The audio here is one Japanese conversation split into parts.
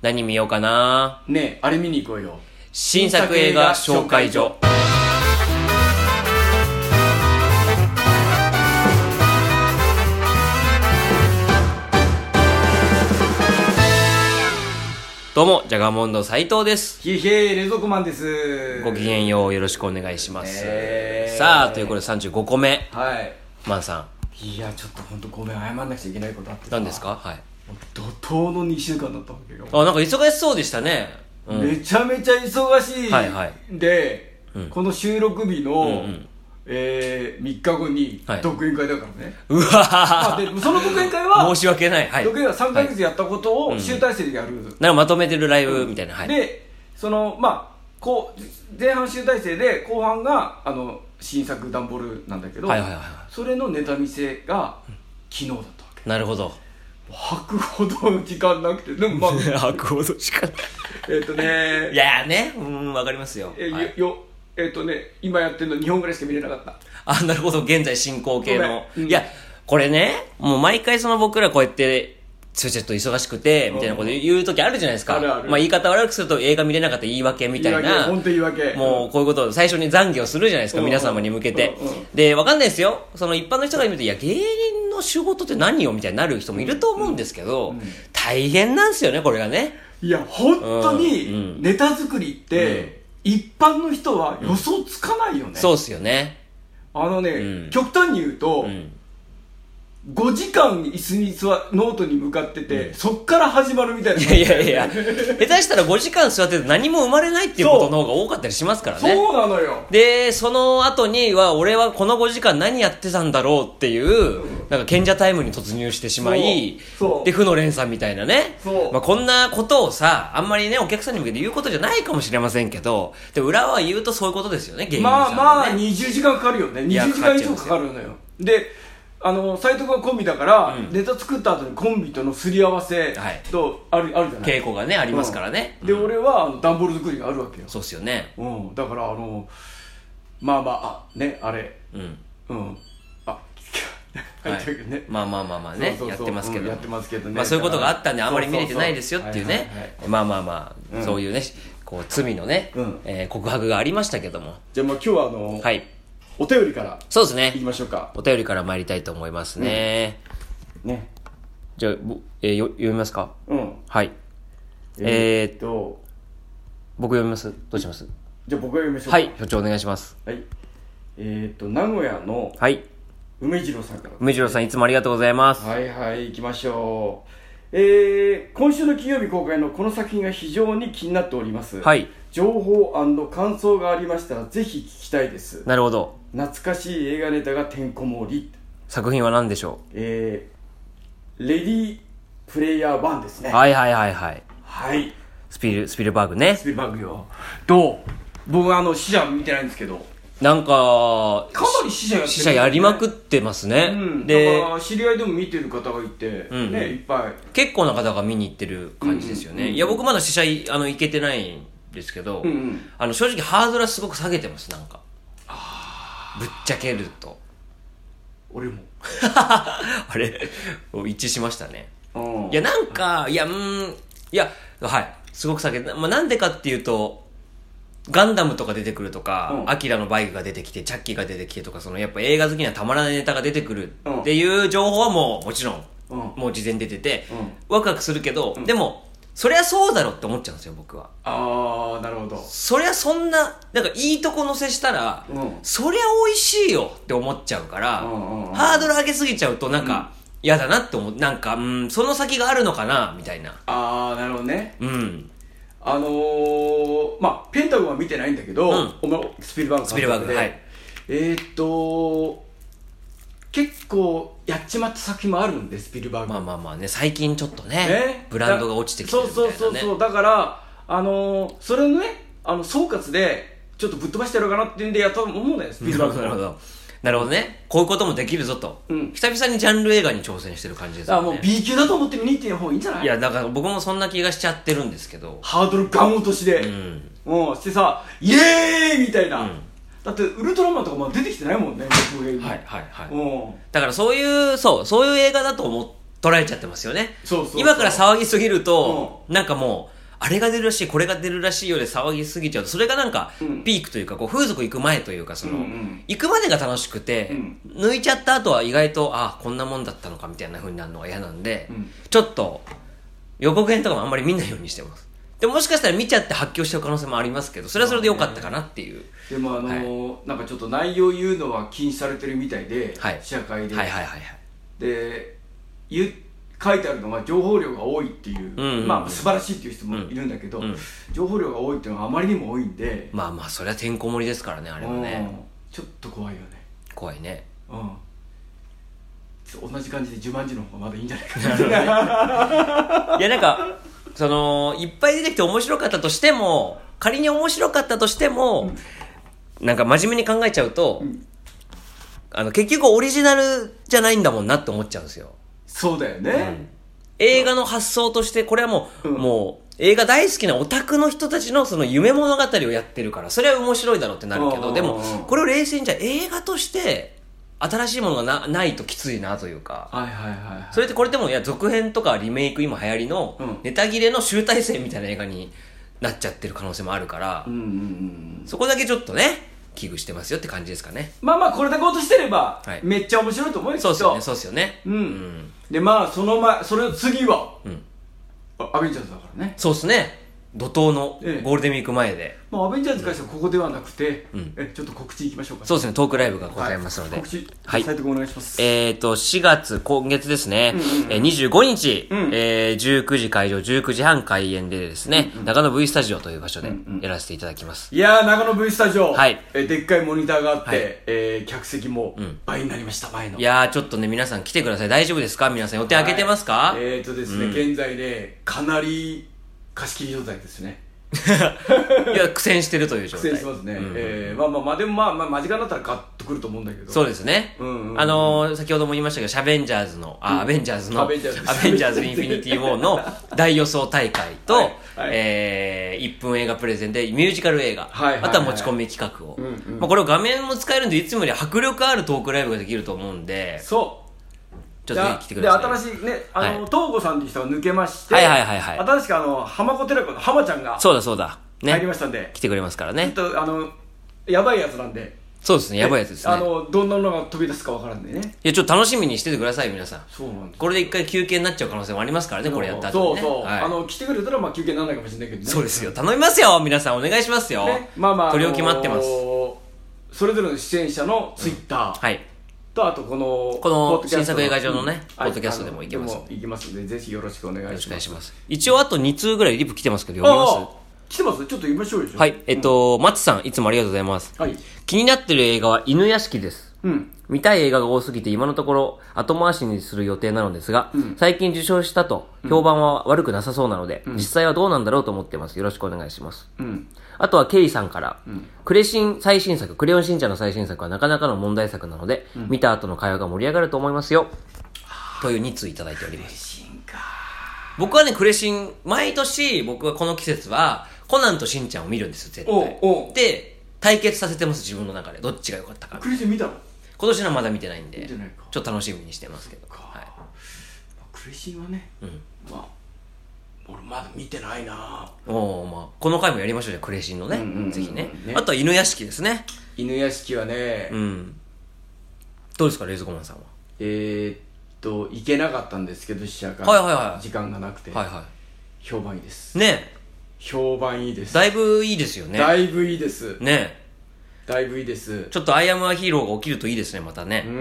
何見ようかな。 ねえ、あれ見に行こうよ。 新作映画紹介所。どうも、ジャガモンド斉藤です。 ひへ冷蔵庫マンです。 ごきげんよう、よろしくお願いします。さあ、ということで35個目。 はい。 マンさん。いや、ちょっとほんとごめん、謝んなくちゃいけないことあってさ。 何ですか？はい。 怒涛の2週間だったわけよ。 あ、なんか忙しそうでしたね。 うん、めちゃめちゃ忙しい。 はいはい。 で、 うん、 この収録日の、3日後に独演会だからね。 うわー、 でその独演会は申し訳ない。はい。 独演会は3ヶ月やったことを集大成でやる。 なんかまとめてるライブみたいな。はい。 で、こう前半集大成で後半が新作ダンボールなんだけど、それのネタ見せが昨日だったわけ。 なるほど。 吐くほど時間なくて、でも吐くほど時間いやね、わかりますよ。 今やってるの2本ぐらいしか見れなかった。 あ、なるほど、現在進行形の。いや、これね、もう毎回僕らこうやって、ちょっと忙しくて、みたいなこと言う時あるじゃないですか。まあ言い方悪くすると映画見れなかった言い訳みたいな。 本当言い訳。 もうこういうことを最初に懺悔をするじゃないですか、皆様に向けて。で、わかんないですよ。その一般の人が見ると、いや、芸人の仕事って何よみたいになる人もいると思うんですけど、大変なんですよね、これがね。 いや、本当に、ネタ作りって、一般の人は予想つかないよね。 そうっすよね。 極端に言うと、5時間椅子にノートに向かってて、そっから始まるみたいな。 いや、下手したら5時間座ってて何も生まれないっていうことの方が多かったりしますからね。 そうなのよ。 で、その後には、俺はこの5時間何やってたんだろうっていう、なんか賢者タイムに突入してしまい、で、負の連鎖みたいなね。まあこんなことをさ、あんまりね、お客さんに向けて言うことじゃないかもしれませんけど、で、裏は言うとそういうことですよね、芸人さん、ね。まあ、 20時間かかるよね。20時間以上かかるのよ。で、斉藤がコンビだから、ネタ作った後にコンビとのすり合わせとあるじゃない。 稽古がね、ありますからね。 で、俺は段ボール作りがあるわけよ。 そうっすよね。 だからあれ。 まあね、やってますけど。 やってますけどね。 まあそういうことがあったんで、あんまり見れてないですよっていうね。そういうね、こう、罪のね、告白がありましたけども。 じゃあ今日ははい。お便りからそうですね。 行きましょうか。 お便りから参りたいと思いますね。じゃあ、読みますか？はい。僕読みます？どうします？ じゃあ僕が読みましょうか。 はい、所長お願いします。 はい。名古屋の梅次郎さんから。 梅次郎さんいつもありがとうございます。 はい、行きましょう。今週の金曜日公開のこの作品が非常に気になっております。はい。情報&感想がありましたらぜひ聞きたいです。 なるほど。 懐かしい映画ネタがてんこ盛り。 作品は何でしょう？ レディープレイヤー1ですね。 はい。スピルバーグね。 スピルバーグよ。どう？僕死者見てないんですけど。 なんかなり死者やりまくってますね。 で、だから知り合いでも見てる方がいて、ね、いっぱい。 結構な方が見に行ってる感じですよね。いや、僕まだ死者行けてないんですけど、正直ハードルはすごく下げてます、なんか。ぶっちゃけると。 俺も。 あれ一致しましたね。いや、なんか、はい。すごく下げて、なんでかっていうと、ガンダムとか出てくるとか、アキラのバイクが出てきて、チャッキーが出てきてとか、やっぱ映画好きにはたまらないネタが出てくるっていう情報はもちろん、もう事前に出てて、ワクワクするけど、でも、そりゃそうだろって思っちゃうんですよ、僕は。 なるほど。 そりゃそんな、なんかいいとこ乗せしたら、そりゃ美味しいよって思っちゃうから、ハードル上げすぎちゃうとなんか、嫌だなって思う。なんか、その先があるのかなみたいな。 なるほどね。ペンタゴンは見てないんだけど、スピルバーグ。 スピルバーグ、はい。 結構やっちまった作品もあるんで、スピルバーグ。 まあね、最近ちょっとね、ブランドが落ちてきてるみたいなね。 そう、だから、それのね、総括で、ちょっとぶっ飛ばしてやろうかなっていうんでやったと思うんだよ、スピルバーグ。 なるほどね。こういうこともできるぞと。久々にジャンル映画に挑戦してる感じですよね。 もう B 級だと思って見に行ってる方がいいんじゃない？ いや、だから僕もそんな気がしちゃってるんですけど。 ハードルガン落としで。してさ、イエーイみたいな。だってウルトラマンとかも出てきてないもんね、 はい。だからそういう映画だと思っ捉えちゃってますよね。 そう今から騒ぎすぎると、なんかもう、あれが出るらしい、これが出るらしいようで騒ぎすぎちゃうと、それがなんか、ピークというか、こう、風俗行く前というか、行くまでが楽しくて、抜いちゃった後は意外と、こんなもんだったのかみたいな風になるのが嫌なんで、ちょっと、予告編とかもあんまり見ないようにしてます。でもしかしたら見ちゃって発狂しちゃう可能性もありますけど、それはそれで良かったかなっていう。 でもなんかちょっと内容言うのは禁止されてるみたいで、社会で。で、書いてあるのは情報量が多いっていう、まあ素晴らしいっていう人もいるんだけど、情報量が多いっていうのがあまりにも多いんで、 まあまあそれはてんこ盛りですからね、あれはね。 ちょっと怖いよね。 怖いね。 同じ感じでジュマンジの方がまだいいんじゃないかな。 いやなんかいっぱい出てきて面白かったとしても、仮に面白かったとしても、なんか真面目に考えちゃうと、結局オリジナルじゃないんだもんなって思っちゃうんですよ。 そうだよね。 映画の発想として、これはもう映画大好きなオタクの人たちのその夢物語をやってるから、それは面白いだろうってなるけど、でも、これを冷静にじゃ映画として、新しいものがないときついなというか、それってこれでも、いや、続編とかリメイク今流行りの、ネタ切れの集大成みたいな映画になっちゃってる可能性もあるから、そこだけちょっとね、危惧してますよって感じですかね。 まあまあこれだけ落としてれば、めっちゃ面白いと思うよ。 そうですよね、そうですよね。 でまあそれの次は、アベンジャーズだからね。 そうですね。怒涛のゴールデンウィーク前で、 まあアベンジャーズに関してはここではなくて、ちょっと告知いきましょうか。 そうですね、トークライブがございますので、 告知斉藤君お願いします。 4月今月ですね、25日、19時会場19時半開演でですね、長野 V スタジオという場所でやらせていただきます。 いやー、長野 V スタジオ、でっかいモニターがあって、客席も倍になりました。前の。 いやー、ちょっとね、皆さん来てください。大丈夫ですか？皆さん予定開けてますか？ ですね、現在ね、かなり貸し切り状態ですね。 いや、苦戦してるという状態。 苦戦してますね。まあでも間近になったらガッとくると思うんだけど。 そうですね。先ほども言いましたけど、アベンジャーズアベンジャーズインフィニティ・ウォーの大予想大会と、1分映画プレゼンでミュージカル映画、あとは持ち込み企画を。これを画面も使えるんで、いつもより迫力あるトークライブができると思うんで、 そう。 ちょっと来てください。 で、新しいね、東郷さんっていう人が抜けまして、新しく浜子寺子の浜ちゃんが、 そうだ。ね。 入りましたんで。 来てくれますからね。 ちょっと、やばいやつなんで。 そうですね、やばいやつですね。 どんなのが飛び出すかわからんでね。 いや、ちょっと楽しみにしててください、皆さん。 そうなんです。 これで一回休憩になっちゃう可能性もありますからね、これやった後にね。 そう。来てくれたら、まあ休憩にならないかもしれないけどね。 そうですよ。頼みますよ、皆さんお願いしますよ。 まあまあ。 取り置き待ってます。 それぞれの出演者のツイッター。と、あとこの新作映画上のね、ポッドキャストでもいけます。 いけますので、ぜひよろしくお願いします。よろしくお願いします。 一応あと2通ぐらいリプ来てますけど、読みます？ 来てます？ちょっと読みましょうよ。 はい。松さん、いつもありがとうございます。気になってる映画は犬屋敷です。見たい映画が多すぎて今のところ後回しにする予定なのですが、最近受賞したと評判は悪くなさそうなので、実際はどうなんだろうと思ってます。よろしくお願いします。あとはケイさんから、クレヨンしんちゃんの最新作はなかなかの問題作なので、見た後の会話が盛り上がると思いますよ。という2通いただいております。僕はね、クレシン、毎年僕はこの季節はコナンとしんちゃんを見るんですよ、絶対。で、対決させてます、自分の中で。どっちが良かったか。 クレシン見たの？ 今年はまだ見てないんで、ちょっと楽しみにしてますけど。 クレシンはね、まあ、俺まだ見てないな。 まあこの回もやりましょうじゃクレシンのね、ぜひね。あとは犬屋敷ですね。 犬屋敷はね、 どうですか、レイズコマンさんは。 行けなかったんですけど、試写会時間がなくて、評判いいですね。 評判いいです。 だいぶいいですよね。 だいぶいいですね。 だいぶいいです。 ちょっとアイアムアヒーローが起きるといいですね、またね。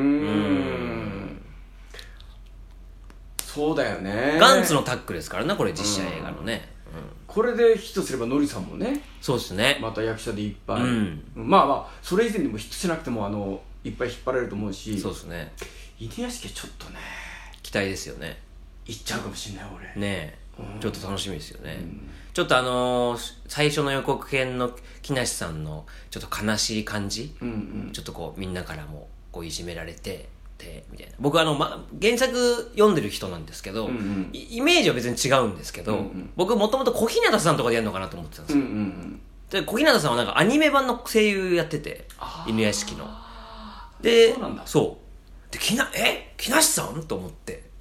そうだよね。 ガンツのタックですからね、これ実写映画のね。 これでヒットすればノリさんもね、 そうですね、 また役者でいっぱい、まあまあそれ以前にもヒットしなくてもいっぱい引っ張られると思うし、 そうですね。 犬屋敷はちょっとね、 期待ですよね。 行っちゃうかもしれない俺ね。ちょっと楽しみですよね。ちょっと最初の予告編の木梨さんのちょっと悲しい感じ、ちょっとこうみんなからもこういじめられてみたいな。僕原作読んでる人なんですけど、イメージは別に違うんですけど、僕もともと小日向さんとかでやるのかなと思ってたんですよ。で小日向さんはなんかアニメ版の声優やってて、犬屋敷の。で、そうで木梨さんと思って、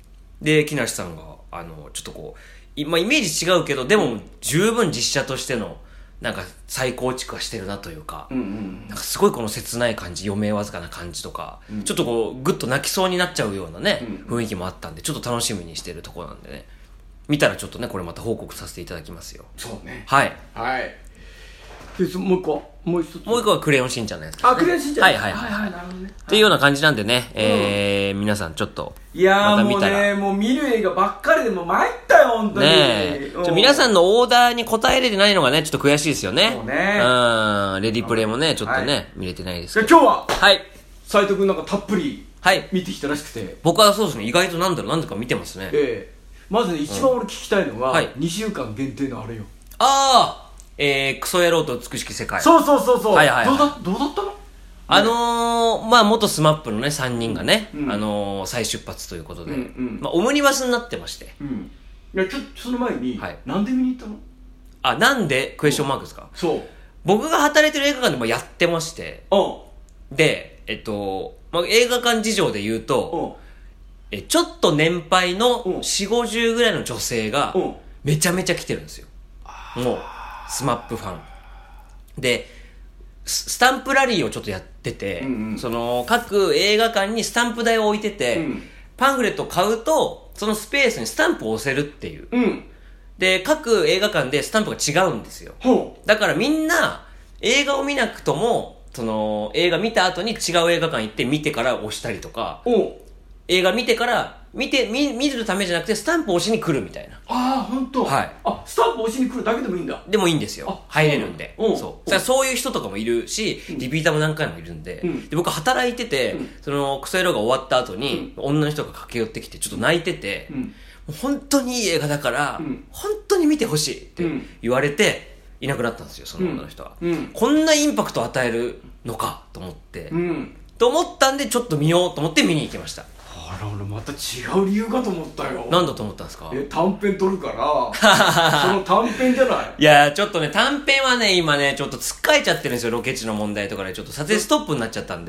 で木梨さんがちょっとこうまあ、イメージ違うけどでも十分実写としてのなんか再構築はしてるなというか、なんかすごいこの切ない感じ、余命わずかな感じとか、ちょっとこうグッと泣きそうになっちゃうようなね、雰囲気もあったんで、ちょっと楽しみにしてるところなんでね、見たらちょっとねこれまた報告させていただきますよ。 そうね。 はいはいでもう一個もう一個はクレヨンしんちゃんのやつです、ね、 クレヨンしんちゃん、 はいはいはい、なるほどね、っていうような感じなんでね、皆さんちょっといやーもうね、もう見る映画ばっかりでもう参ったよ本当にね。皆さんのオーダーに応えれてないのがねちょっと悔しいですよね。 そうね、 レディプレイもねちょっとね、見れてないですけど、 今日ははい斉藤君なんかたっぷり見てきたらしくて、 僕はそうですね、意外となんとか見てますね。 まずね一番俺聞きたいのは、2週間限定のあれよ。 クソ野郎と美しき世界。 そうそう、 はいはい、はい、 どうだったの？ まあ元スマップのね3人がね、再出発ということで、まあオムニバスになってまして、 いやその前に、なんで見に行ったの？ なんでクエスチョンマークですか？ そう、 僕が働いてる映画館でもやってまして、でまあ、映画館事情で言うと、ちょっと年配の4、50ぐらいの女性がめちゃめちゃ来てるんですよ。もうスマップファンでスタンプラリーをちょっとやってて、その各映画館にスタンプ台を置いてて、パンフレットを買うとそのスペースにスタンプを押せるっていう、で各映画館でスタンプが違うんですよ。だからみんな映画を見なくともその映画見た後に違う映画館行って見てから押したりとか、映画見てから見るためじゃなくてスタンプ押しに来るみたいな。 本当。 はい。 スタンプ押しに来るだけでもいいんだ。 でもいいんですよ。入れるんで。そういう人とかもいるし、リピーターも何回もいるんで、で僕働いてて、そのクソ野郎が終わった後に、女の人が駆け寄ってきてちょっと泣いてて、本当にいい映画だから、本当に見てほしいって言われていなくなったんですよ、その女の人は。こんなインパクトを与えるのかと思って、と思ったんでちょっと見ようと思って見に行きました。 俺また違う理由かと思ったよ。 なんだと思ったんですか？ 短編撮るからその短編じゃない。 いやちょっとね短編はね今ねちょっとつっかえちゃってるんですよ、ロケ地の問題とかでちょっと撮影ストップになっちゃったんで。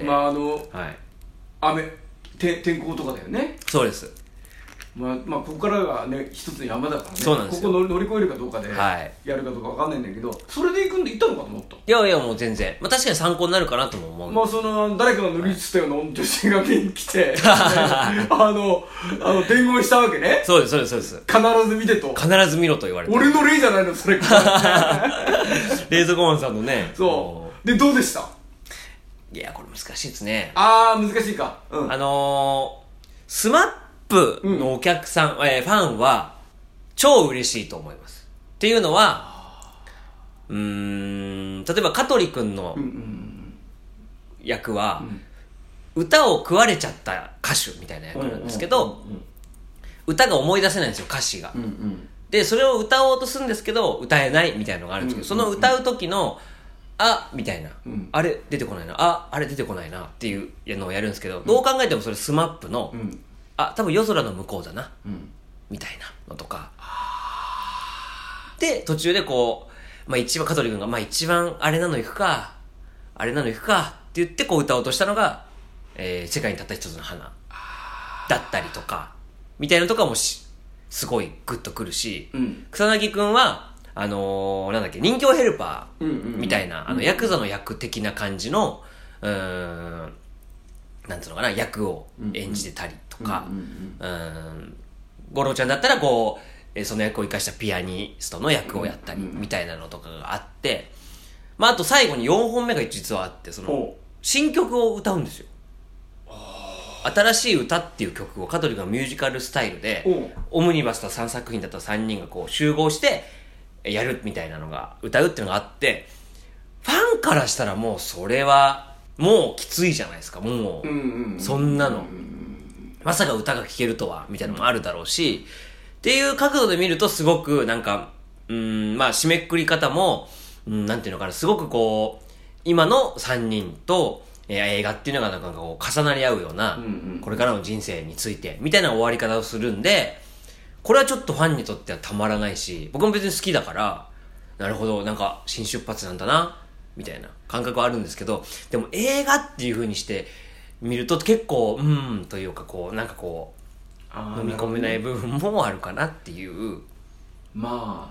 天候とかだよね。 そうです。 まあここからがね一つの山だからね。 そうなんですよ。 ここ乗り越えるかどうかでやるかどうかわかんないんだけど、それで行ったのかと思った。 いやもう全然、確かに参考になるかなとも思う。 まあその誰かが乗りつったような女性が見に来て伝言したわけね。 そうです必ず見てと。 必ず見ろと言われて。 俺の例じゃないのそれ冷蔵庫マンさんのね。 そうでどうでした？ いやこれ難しいですね。 難しいか。 スマップのお客さん、ファンは超嬉しいと思います。っていうのは例えば香取くんの役は、歌を食われちゃった歌手みたいな役なんですけど、歌が思い出せないんですよ、歌詞が。でそれを歌おうとするんですけど歌えないみたいなのがあるんですけど、その歌う時のみたいな、あれ出てこないな、あれ出てこないなっていうのをやるんですけど、どう考えてもそれスマップの、多分夜空の向こうだな、みたいなのとかで、途中でこう、一番香取君が、一番あれなの行くかって言ってこう歌おうとしたのが、世界にたった一つの花だったりとかみたいなのとかもすごいグッとくるし、草薙君はなんだっけ、人形ヘルパーみたいな、ヤクザの役的な感じのなんつうのかな、役を演じてたりとか、五郎ちゃんだったらこう、その役を生かしたピアニストの役をやったりみたいなのとかがあって、あと最後に4本目が実はあって、その新曲を歌うんですよ。新しい歌っていう曲を香取がミュージカルスタイルで、オムニバスと3作品だったら3人がこう集合してやるみたいなのが、歌うっていうのがあって、ファンからしたらもうそれはもうきついじゃないですか。もうそんなのまさか歌が聴けるとはみたいなのもあるだろうし、っていう角度で見るとすごくなんか締めくくり方もなんていうのかな、すごくこう今の3人と映画っていうのがなんかこう重なり合うような、これからの人生についてみたいな終わり方をするんで、これはちょっとファンにとってはたまらないし、僕も別に好きだから、なるほど、なんか新出発なんだなみたいな感覚はあるんですけど、でも映画っていう風にして見ると結構というか、こうなんかこう飲み込めない部分もあるかなっていう。 ま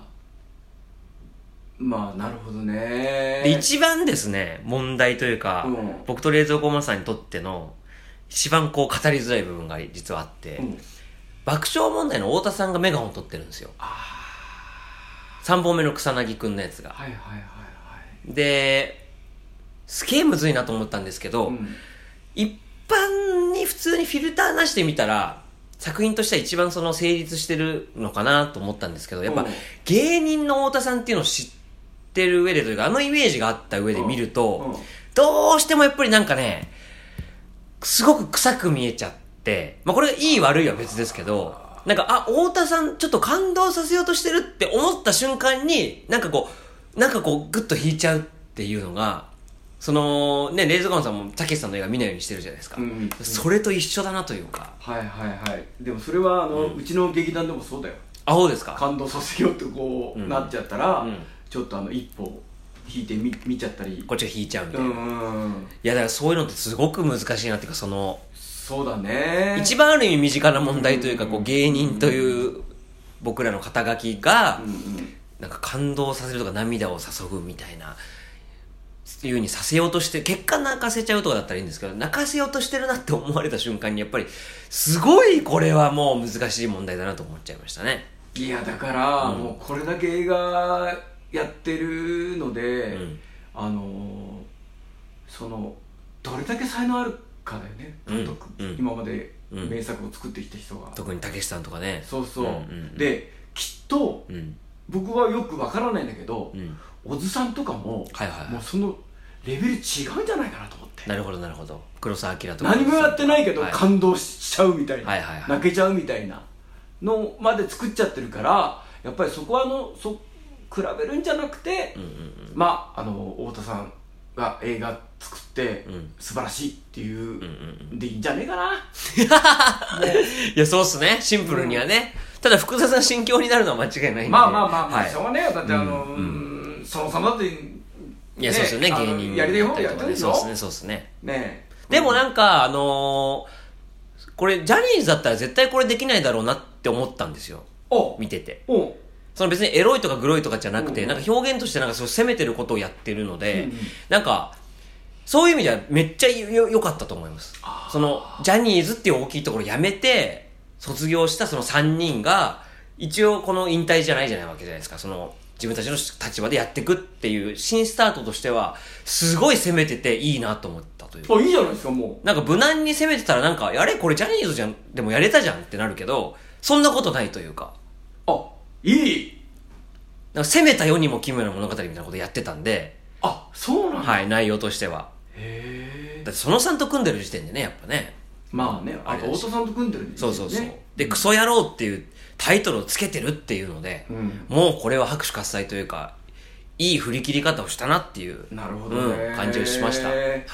あなるほどね。 で一番ですね問題というか、僕と冷蔵庫マスターにとっての一番こう語りづらい部分が実はあって、爆笑問題の太田さんがメガホン取ってるんですよ。3本目の草薙くんのやつが。ですげえむずいなと思ったんですけど、一般に普通にフィルターなしで見たら作品としては一番その成立してるのかなと思ったんですけど、やっぱ芸人の太田さんっていうのを知ってる上でというか、あのイメージがあった上で見ると、どうしてもやっぱりなんかね、すごく臭く見えちゃって、まあこれがいい悪いは別ですけど、なんか、太田さんちょっと感動させようとしてるって思った瞬間に、なんかこう、グッと引いちゃうっていうのが、その、ね、レイズガンさんもたけしさんの映画見ないようにしてるじゃないですか。それと一緒だなというか。 でもそれは、うちの劇団でもそうだよ。 そうですか。 感動させようとこう、なっちゃったら、ちょっと一歩引いて見ちゃったり。 こっちが引いちゃうみたいな。いや、だからそういうのってすごく難しいなっていうか、 そうだね。 一番ある意味身近な問題というか、こう芸人という僕らの肩書きが、なんか感動させるとか涙を注ぐみたいな、いう風にさせようとして、結果泣かせちゃうとかだったらいいんですけど、泣かせようとしてるなって思われた瞬間に、やっぱり、すごいこれはもう難しい問題だなと思っちゃいましたね。 いや、だから、もうこれだけ映画やってるので、どれだけ才能あるかだよね、監督。今まで名作を作ってきた人が。 特にたけしさんとかね。 そうそう。で、きっと、僕はよくわからないんだけど、小津さんとかも、もうそのレベル違うんじゃないかなと思って。 なるほどなるほど。黒澤明とか。 何もやってないけど感動しちゃうみたいな。泣けちゃうみたいなのまで作っちゃってるから、やっぱりそこは比べるんじゃなくて、太田さんが映画作って素晴らしいっていうでいいんじゃねえかな。 いや、そうっすね、シンプルにはね。ただ複雑な心境になるのは間違いないんで。 まあしょうがねえよ。だってその様で、 いや、そうですよね、芸人やりたい方やってるんでしょ。 そうですね。でもなんかこれジャニーズだったら絶対これできないだろうなって思ったんですよ、見てて。別にエロいとかグロいとかじゃなくて、なんか表現としてなんかそう攻めてることをやってるので、なんかそういう意味ではめっちゃ良かったと思います。ジャニーズっていう大きいところやめて卒業したその3人が一応この引退じゃないじゃないわけじゃないですか。自分たちの立場でやっていくっていう新スタートとしてはすごい攻めてていいなと思ったというか。 いいじゃないですか。もうなんか無難に攻めてたらなんかこれジャニーズじゃんでもやれたじゃんってなるけど、そんなことないというか。 いい。 なんか攻めた世にも奇妙な物語みたいなことやってたんで。 そうなんだ。 内容としては。だってそのさんと組んでる時点でね、やっぱね。 あと太田さんと組んでるんですね。 そうで、クソ野郎っていうタイトルをつけてるっていうので、もうこれは拍手喝采というか、いい振り切り方をしたなっていう、感じをしました。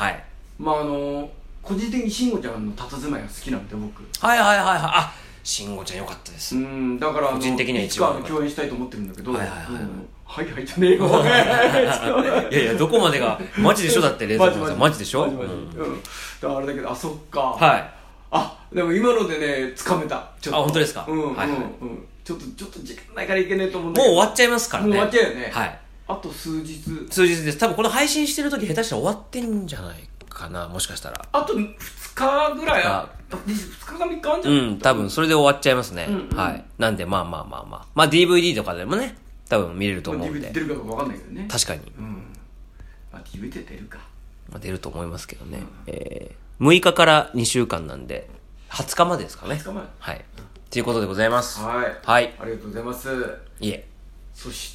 個人的に慎吾ちゃんの佇まいが好きなんで、僕。 慎吾ちゃん良かったです。 だから個人的には一番いつか共演したいと思ってるんだけど、じゃねえよ。 いや、どこまでがマジでしょ。だって冷蔵庫さんマジでしょ。 あれだけど、そっか。でも今のでね、掴めた。 本当ですか。 ちょっと時間ないからいけねえと思うんだけど。もう終わっちゃいますからね。 もう終わっちゃうよね。あと数日です。多分この配信してる時下手したら終わってんじゃないかな、もしかしたら。 あと2日ぐらい、2日か3日あんじゃん。 多分それで終わっちゃいますね。なんでDVD とかでもね、多分見れると思うんで。 DVD 出るかどうか分かんないけどね。 確かに。 DVD 出るか。 出ると思いますけどね。6日から2週間なんで、20日までですかね。 20日まで。 ということでございます。 ありがとうございます。 いえ。 そして、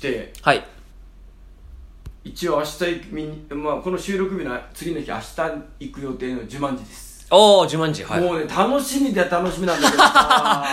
一応明日この収録日の次の日、明日行く予定のジュマンジです。 ジュマンジ。 もうね、楽しみなんだけどさ。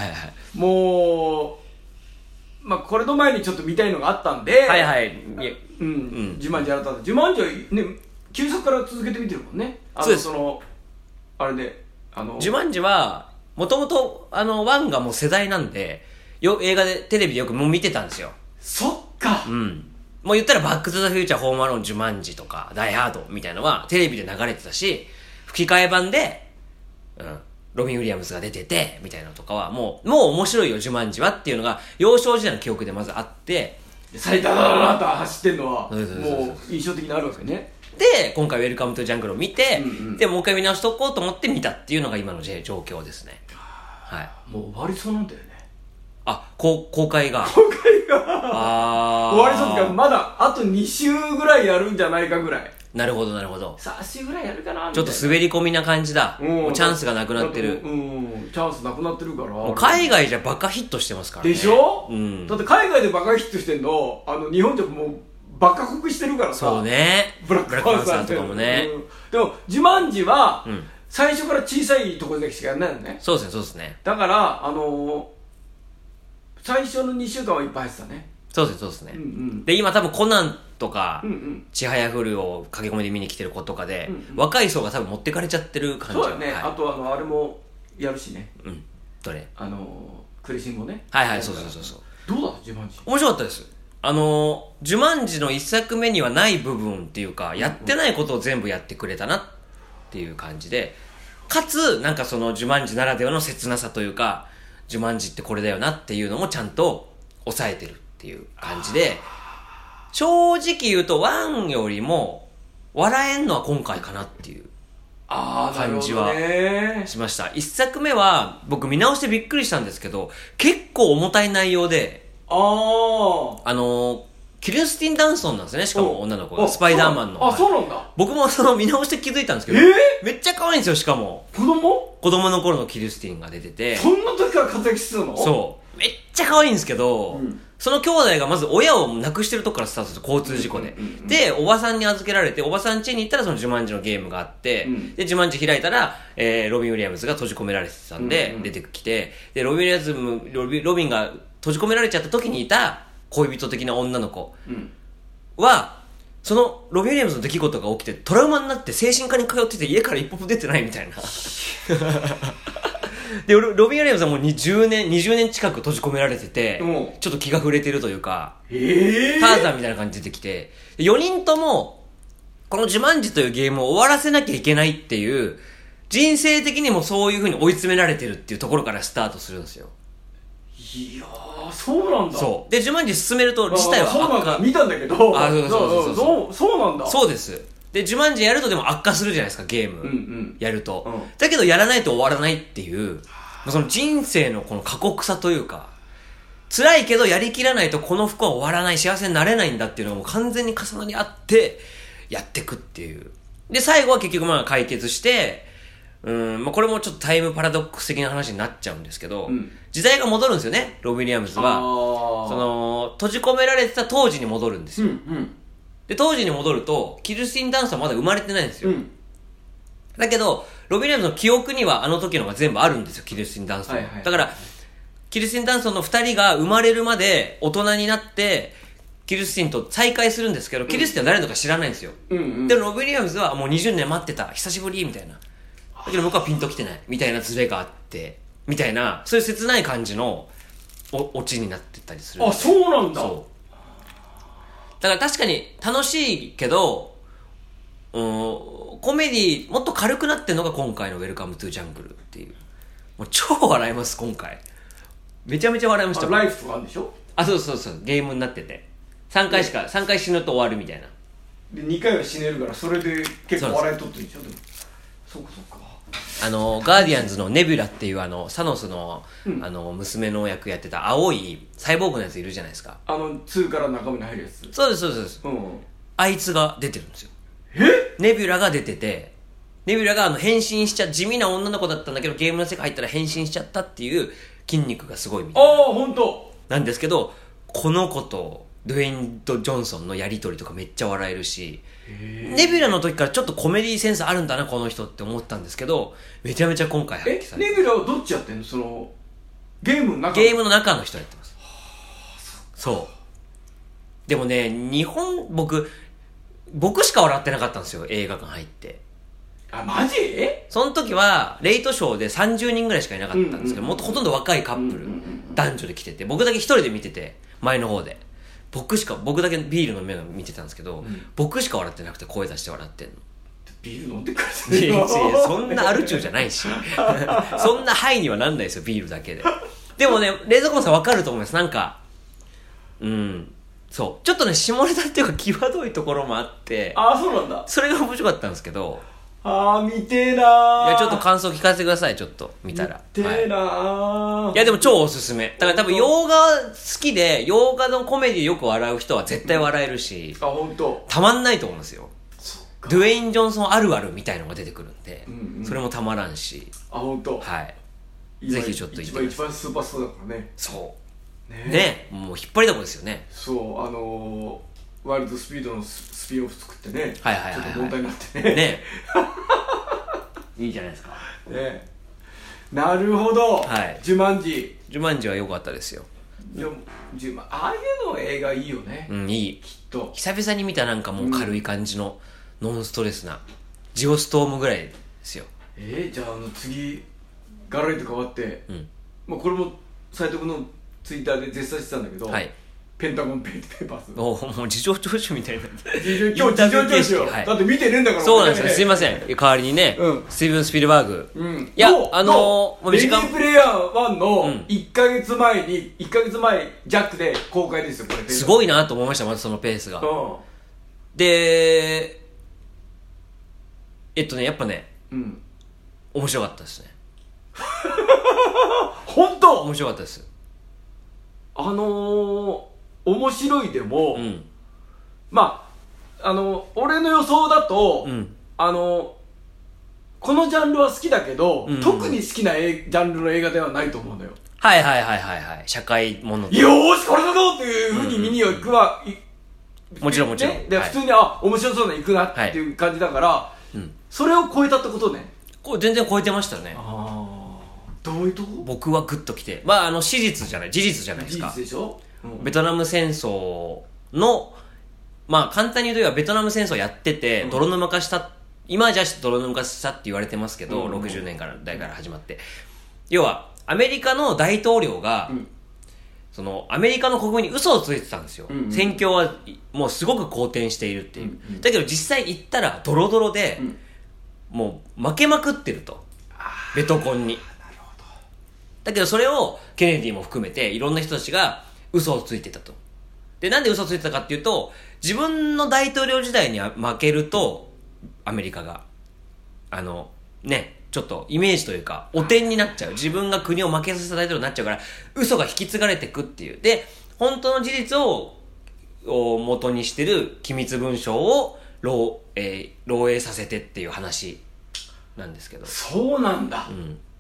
もう、これの前にちょっと見たいのがあったんで、ジュマンジ改めて。ジュマンジはね、旧作から続けて見てるもんね。 そうです。 あれで、 ジュマンジは、もともと、1がもう世代なんで、映画で、テレビでよくもう見てたんですよ。 そっか。 もう言ったら、バックトゥザフューチャー、ホームアローン、ジュマンジとか、ダイハードみたいなのは、テレビで流れてたし、吹き替え版で、 ロビン・ウィリアムズが出てて、みたいなのとかは、もう面白いよ、ジュマンジはっていうのが、幼少時代の記憶でまずあって、 最多だなと走ってんのは、もう印象的にあるわけね。 で、今回ウェルカムトゥジャングルを見て、で、もう一回見直しとこうと思って見たっていうのが今の状況ですね。はい。 もう終わりそうなんだよね。 公開が。 終わりそうってか、まだあと2週ぐらいやるんじゃないかぐらい。 なるほどなるほど。 3週ぐらいやるかなみたいな。 ちょっと滑り込みな感じだ。もうチャンスがなくなってる。 チャンスなくなってるから。 もう海外じゃバカヒットしてますからね。 でしょ？だって海外でバカヒットしてんの、日本じゃもうバカ酷してるからさ。 そうね。 ブラックパンサーとかもね。 でも、ジュマンジは、最初から小さいところだけしかやんないのね。 そうですね、そうですね。 だから、最初の2週間はいっぱい入ってたね。 そうです、そうですね。で、今多分コナンとか、ちはやふるを駆け込みで見に来てる子とかで、若い層が多分持ってかれちゃってる感じ。 そうだね。あとあれもやるしね。 どれ？ クレシンゴね。 はいはい、そうそうそう。 どうだったジュマンジ？ 面白かったです。ジュマンジの一作目にはない部分っていうか、やってないことを全部やってくれたなっていう感じで、かつ、なんかそのジュマンジならではの切なさというか、ジュマンジってこれだよなっていうのもちゃんと抑えてるっていう感じで、正直言うと1よりも笑えんのは今回かなっていう感じはしました。一作目は僕見直してびっくりしたんですけど、結構重たい内容で、キルスティン・ダンソンなんですね、しかも女の子が。スパイダーマンの。 そうなんだ。 僕も見直して気づいたんですけど、めっちゃ可愛いんですよ、しかも。 子供の頃のキルスティンが出てて。 そんな時から活躍してたの？ そう。めっちゃ可愛いんですけど、その兄弟がまず親を亡くしてるとこからスタートする、交通事故で。で、おばさんに預けられて、おばさん家に行ったらそのジュマンジのゲームがあって、で、ジュマンジ開いたら、ロビン・ウィリアムズが閉じ込められてたんで、出てきて、で、ロビンが閉じ込められちゃった時にいた恋人的な女の子は、そのロビン・ウィリアムズの出来事が起きてトラウマになって精神科に通ってて家から一歩も出てないみたいな。で、ロビン・ウィリアムズはもう20年近く閉じ込められてて、ちょっと気が触れてるというか、ターザンみたいな感じで出てきて、4人とも、このジュマンジというゲームを終わらせなきゃいけないっていう、人生的にもそういう風に追い詰められてるっていうところからスタートするんですよ。 いやー、そうなんだ。 そう。で、ジュマンジ進めると、自体はそうなんだ。見たんだけど。そうなんだ。 そうです。で、ジュマンジやるとでも悪化するじゃないですか、ゲーム。やると。だけど、やらないと終わらないっていう、その人生のこの過酷さというか、辛いけどやりきらないとこの服は終わらない、幸せになれないんだっていうのがもう完全に重なり合って、やってくっていう。で、最後は結局解決して、これもちょっとタイムパラドックス的な話になっちゃうんですけど、時代が戻るんですよね、ロビン・ウィリアムズは。閉じ込められてた当時に戻るんですよ。で、当時に戻ると、キルスティン・ダンスはまだ生まれてないんですよ。だけど、ロビン・ウィリアムズの記憶にはあの時のが全部あるんですよ、キルスティン・ダンスは。だから、キルスティン・ダンソンの2人が生まれるまで大人になって、キルスティンと再会するんですけど、キルスティンは誰のか知らないんですよ。でもロビン・ウィリアムズはもう20年待ってた、久しぶりみたいな。だけど僕はピンときてないみたいなズレがあってみたいな、そういう切ない感じのオチになってたりする。 あ、そうなんだ。 そうだから確かに楽しいけど、コメディもっと軽くなってるのが今回のウェルカムトゥジャングルっていう、もう超笑います。今回めちゃめちゃ笑いました。 ライフとかあるんでしょ。 そうゲームになってて3回死ぬと終わるみたいな。 で2回は死ねるから、それで結構笑いとってるでしょ。でもそうかガーディアンズのネビュラっていうサノスの、娘の役やってた青いサイボーグのやついるじゃないですか。 2から中身に入るやつ。 そうです。あいつが出てるんですよ。ネビュラが出てて、ネビュラが変身しちゃ、地味な女の子だったんだけどゲームの世界入ったら変身しちゃったっていう筋肉がすごいみたいな。 本当なんですけど、この子とドゥエイン・ジョンソンのやりとりとかめっちゃ笑えるし、ネビュラの時からちょっとコメディセンスあるんだなこの人って思ったんですけど、めちゃめちゃ今回発揮されて。 ネビュラはどっちやってんの？そのゲームの中の人やってます。そうでもね、僕しか笑ってなかったんですよ、映画館入って。 マジ？ その時はレイトショーで30人ぐらいしかいなかったんですけど、もっとほとんど若いカップル、男女で来てて、僕だけ一人で見てて、前の方で僕だけビールの目が見てたんですけど、僕しか笑ってなくて、声出して笑ってんの。 ビール飲んでくださいよ。 そんなアル中じゃないしそんなハイにはなんないですよ、ビールだけで。でもね、冷蔵庫さん分かると思います。なんかそうちょっとね、下ネタっていうか際どいところもあって、 そうなんだ。 それが面白かったんですけど、 見てえな。 いや、ちょっと感想聞かせてください。ちょっと見たら見てえな。 いやでも超おすすめだから。多分洋画好きで洋画のコメディよく笑う人は絶対笑えるし、 本当たまんないと思うんですよ。ドゥエイン・ジョンソンあるあるみたいのが出てくるんで、それもたまらんし。 本当。 ぜひちょっと一番スーパースターだからね。 そうね、もう引っ張りだこですよね。 ワイルドスピードのスピンオフ作ってね、ちょっと問題になってねいいじゃないですかね。なるほど。ジュマンジは良かったですよ。 ああいうの映画いいよね。 いい。 きっと久々に見た、なんかもう軽い感じのノンストレスなジオストームぐらいですよ。 じゃあ次ガラリと変わって、これも斉藤君のツイッターで絶賛してたんだけど、ペンタゴンペーパーズ。 もう事情聴取みたいな。 今日事情聴取よ。だって見てねえんだから。 そうなんですよ。すいません。代わりにね、スティーブン・スピルバーグ。いや、 レディープレイヤー1の1ヶ月前ジャックで公開ですよ、これ。 すごいなと思いました、まずそのペースが。で、やっぱね、面白かったですね。 本当？ 面白かったです。 面白いでも、俺の予想だと、このジャンルは好きだけど、特に好きなジャンルの映画ではないと思うのよ。 社会もの。 よーしこれだぞっていうふうに見に行くは、 もちろん。で普通に面白そうな行くなっていう感じだから、それを超えたってことね。 これ全然超えてましたね。 どういうとこ？ 僕はグッときて、事実じゃないですか。 事実でしょ。 ベトナム戦争の、簡単に言うとベトナム戦争やってて、泥沼化した、今じゃ泥沼化したって言われてますけど、60年代から始まって。要は、アメリカの大統領が、アメリカの国民に嘘をついてたんですよ。戦況はもうすごく好転しているっていう。だけど実際行ったらドロドロで、もう負けまくってると。ベトコンに。だけどそれをケネディも含めていろんな人たちが嘘をついてたと。で、なんで嘘をついてたかっていうと、自分の大統領時代に負けると、アメリカが、ちょっとイメージというか、汚点になっちゃう。自分が国を負けさせた大統領になっちゃうから、嘘が引き継がれていくっていう。で、本当の事実を元にしてる機密文書を漏洩させてっていう話なんですけど。 そうなんだ。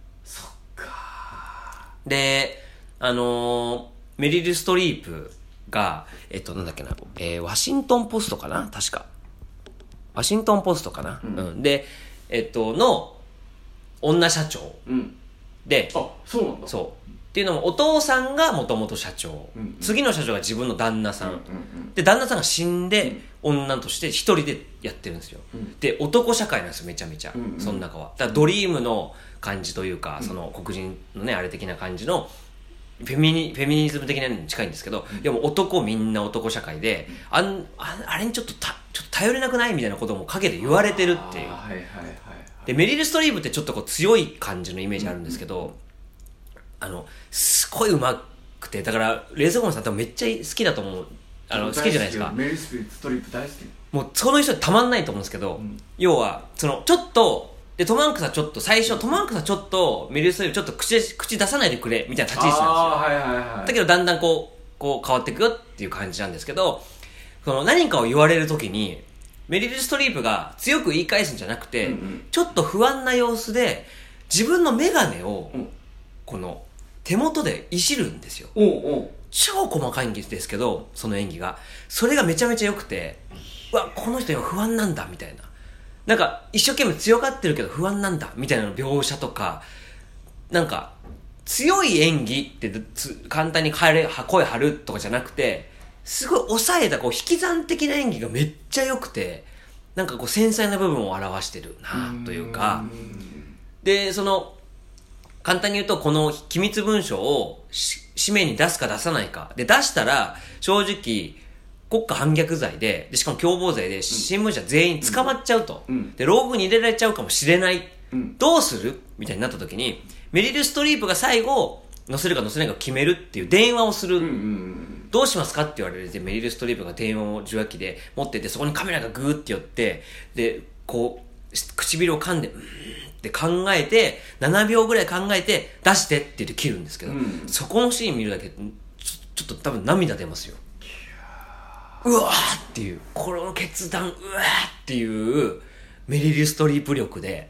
で、メリル・ストリープが、なんだっけな、ワシントンポストかな確か。ワシントンポストかな、で、の、女社長。で、 そうなんだ。 そう。っていうのも、お父さんがもともと社長。次の社長が自分の旦那さん。で、旦那さんが死んで、女として一人でやってるんですよ。で、男社会なんですよ、めちゃめちゃ。その中は。だからドリームの感じというか、その黒人のね、あれ的な感じの、フェミニズム的なのに近いんですけど、いやもうみんな男社会で、あれにちょっと頼れなくないみたいなことも陰で言われてるっていう。で、メリル・ストリープってちょっと強い感じのイメージあるんですけど、すごい上手くて、だから、レーザーゴンさん多分めっちゃ好きだと思う。好きじゃないですか。 メリル・ストリープ大好き。 もう、その人たまんないと思うんですけど、要は、ちょっと、で、トム・ハンクスはちょっと、最初、トム・ハンクスはちょっと、メリル・ストリープちょっと口出さないでくれ、みたいな立ち位置なんですよ。だけど、だんだんこう変わっていくよっていう感じなんですけど、何かを言われるときに、メリル・ストリープが強く言い返すんじゃなくて、ちょっと不安な様子で、自分のメガネを、手元でいじるんですよ。超細かいんですけど、その演技が。それがめちゃめちゃ良くて、この人今不安なんだ、みたいな。なんか、一生懸命強がってるけど不安なんだ、みたいなの描写とか、なんか、強い演技って簡単に声張るとかじゃなくて、すごい抑えた引き算的な演技がめっちゃ良くて、なんか繊細な部分を表してるなというか、で、簡単に言うと、この機密文書を紙面に出すか出さないか。で、出したら、正直、 国家反逆罪で、しかも共謀罪で新聞社全員捕まっちゃうと。で、牢獄に入れられちゃうかもしれない。どうするみたいになった時に、メリル・ストリープが最後、載せるか載せないか決めるっていう電話をする。どうしますかって言われて、メリル・ストリープが電話を受話器で持ってて、そこにカメラがグーって寄って、で、こう、唇を噛んで、って考えて、7秒ぐらい考えて、出してって言って切るんですけど、そこのシーン見るだけ、ちょっと多分涙出ますよ。うわーっていう、この決断、うわーっていう、メリル・ストリープ力で、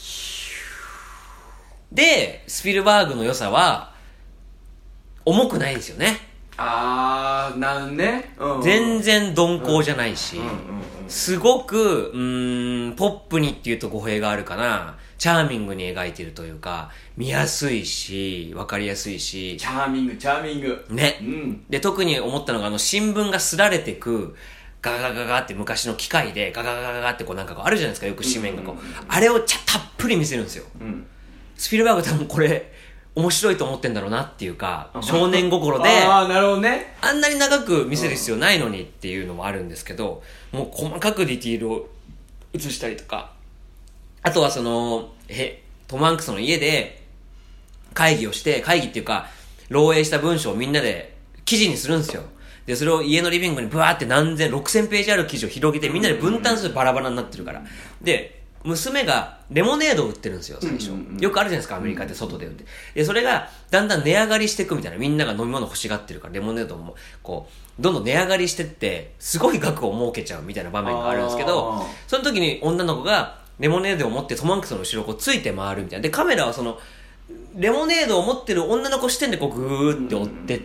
で、スピルバーグの良さは、重くないんですよね。 なんね。 全然鈍行じゃないし、すごく、ポップにっていうと語弊があるかな。チャーミングに描いてるというか、見やすいし、わかりやすいし。 チャーミング。 ね。で、特に思ったのが、新聞がすられてく、ガガガガって昔の機械で、ガガガガガってこうなんかこうあるじゃないですか、よく紙面がこう。あれをたっぷり見せるんですよ。スピルバーグ多分これ、面白いと思ってんだろうなっていうか、少年心で、 なるほどね。 あんなに長く見せる必要ないのにっていうのもあるんですけど、もう細かくディティールを映したりとか、あとはトム・ハンクスの家で会議っていうか、漏洩した文章をみんなで記事にするんですよ。で、それを家のリビングにブワーって6000ページある記事を広げてみんなで分担するバラバラになってるから。で、娘がレモネードを売ってるんですよ、最初。よくあるじゃないですか、アメリカで外で売って。で、それがだんだん値上がりしていくみたいな。みんなが飲み物欲しがってるから、レモネードもこう、どんどん値上がりしてって、すごい額を儲けちゃうみたいな場面があるんですけど、その時に女の子がレモネードを持ってトム・ハンクスの後ろをこうついて回るみたいな。で、カメラはレモネードを持ってる女の子視点でこうグーって追ってって、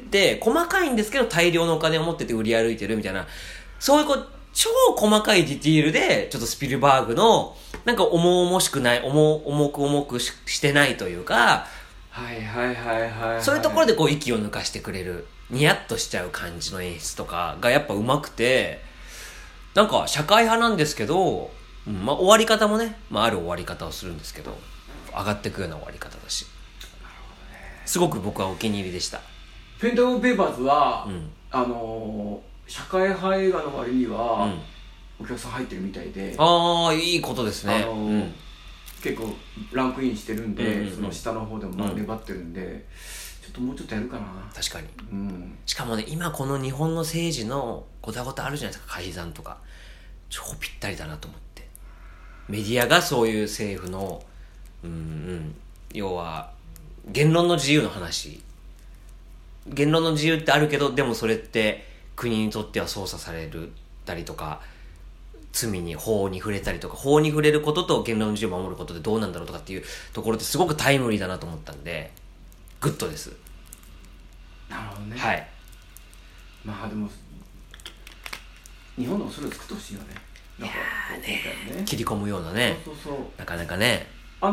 細かいんですけど大量のお金を持ってて売り歩いてるみたいな、そういう超細かいディティールで、ちょっとスピルバーグの、なんか重くしてないというか、そういうところでこう息を抜かしてくれる、ニヤッとしちゃう感じの演出とかがやっぱ上手くて、なんか社会派なんですけど、終わり方もね、ある終わり方をするんですけど、上がっていくような終わり方だし。すごく僕はお気に入りでした。 ペンタゴンペーパーズは、社会派映画の割には、お客さん入ってるみたいで、 いいことですね。 結構ランクインしてるんで、その下の方でも粘ってるんで、もうちょっとやるかな。 確かに。しかもね、今この日本の政治のごたごたあるじゃないですか、改ざんとか。超ぴったりだなと思って。メディアがそういう政府の、要は、言論の自由の話。言論の自由ってあるけど、でもそれって国にとっては操作されたりとか、法に触れたりとか、法に触れることと言論の自由を守ることでどうなんだろうとかっていうところってすごくタイムリーだなと思ったんで、グッドです。 なるほどね。 はい。 でも、日本でもそれを作ってほしいよね。 いやーね、切り込むようなね。なかなかね。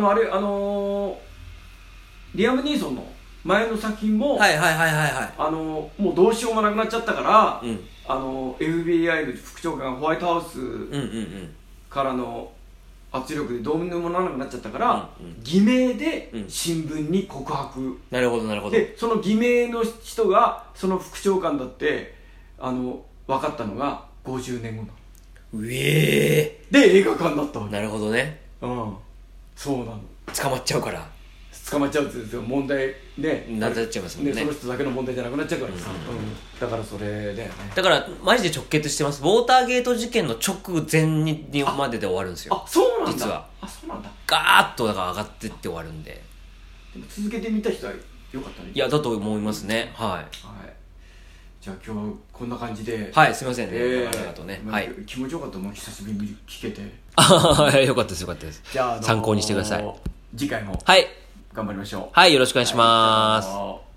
リアム・ニーソンの前の作品も、もうどうしようもなくなっちゃったから、FBI の副長官がホワイトハウスからの圧力でどうにもならなくなっちゃったから、偽名で新聞に告白。 なるほど。 で、その偽名の人がその副長官だって分かったのが50年後なの。で映画館だったわけ。 なるほどね。 そうなの。 捕まっちゃうから。 捕まっちゃうって問題ね、 なっちゃいますもんね。 その人だけの問題じゃなくなっちゃうからさ、だからそれだよね。 だからマジで直結してます。ウォーターゲート事件の直前にまでで終わるんですよ。 そうなんだ。 実はそうなんだ。 ガーッとだから上がってって終わるんで。 でも続けてみた人はよかったね。 いやだと思いますね。はい。 じゃあ今日はこんな感じで。 はい、すみませんね。ありがとうね。はい。 気持ちよかったもん、久しぶりに聞けて。 よかったです。 じゃあ参考にしてください。 次回も。 はい。 頑張りましょう。 はい、よろしくお願いします。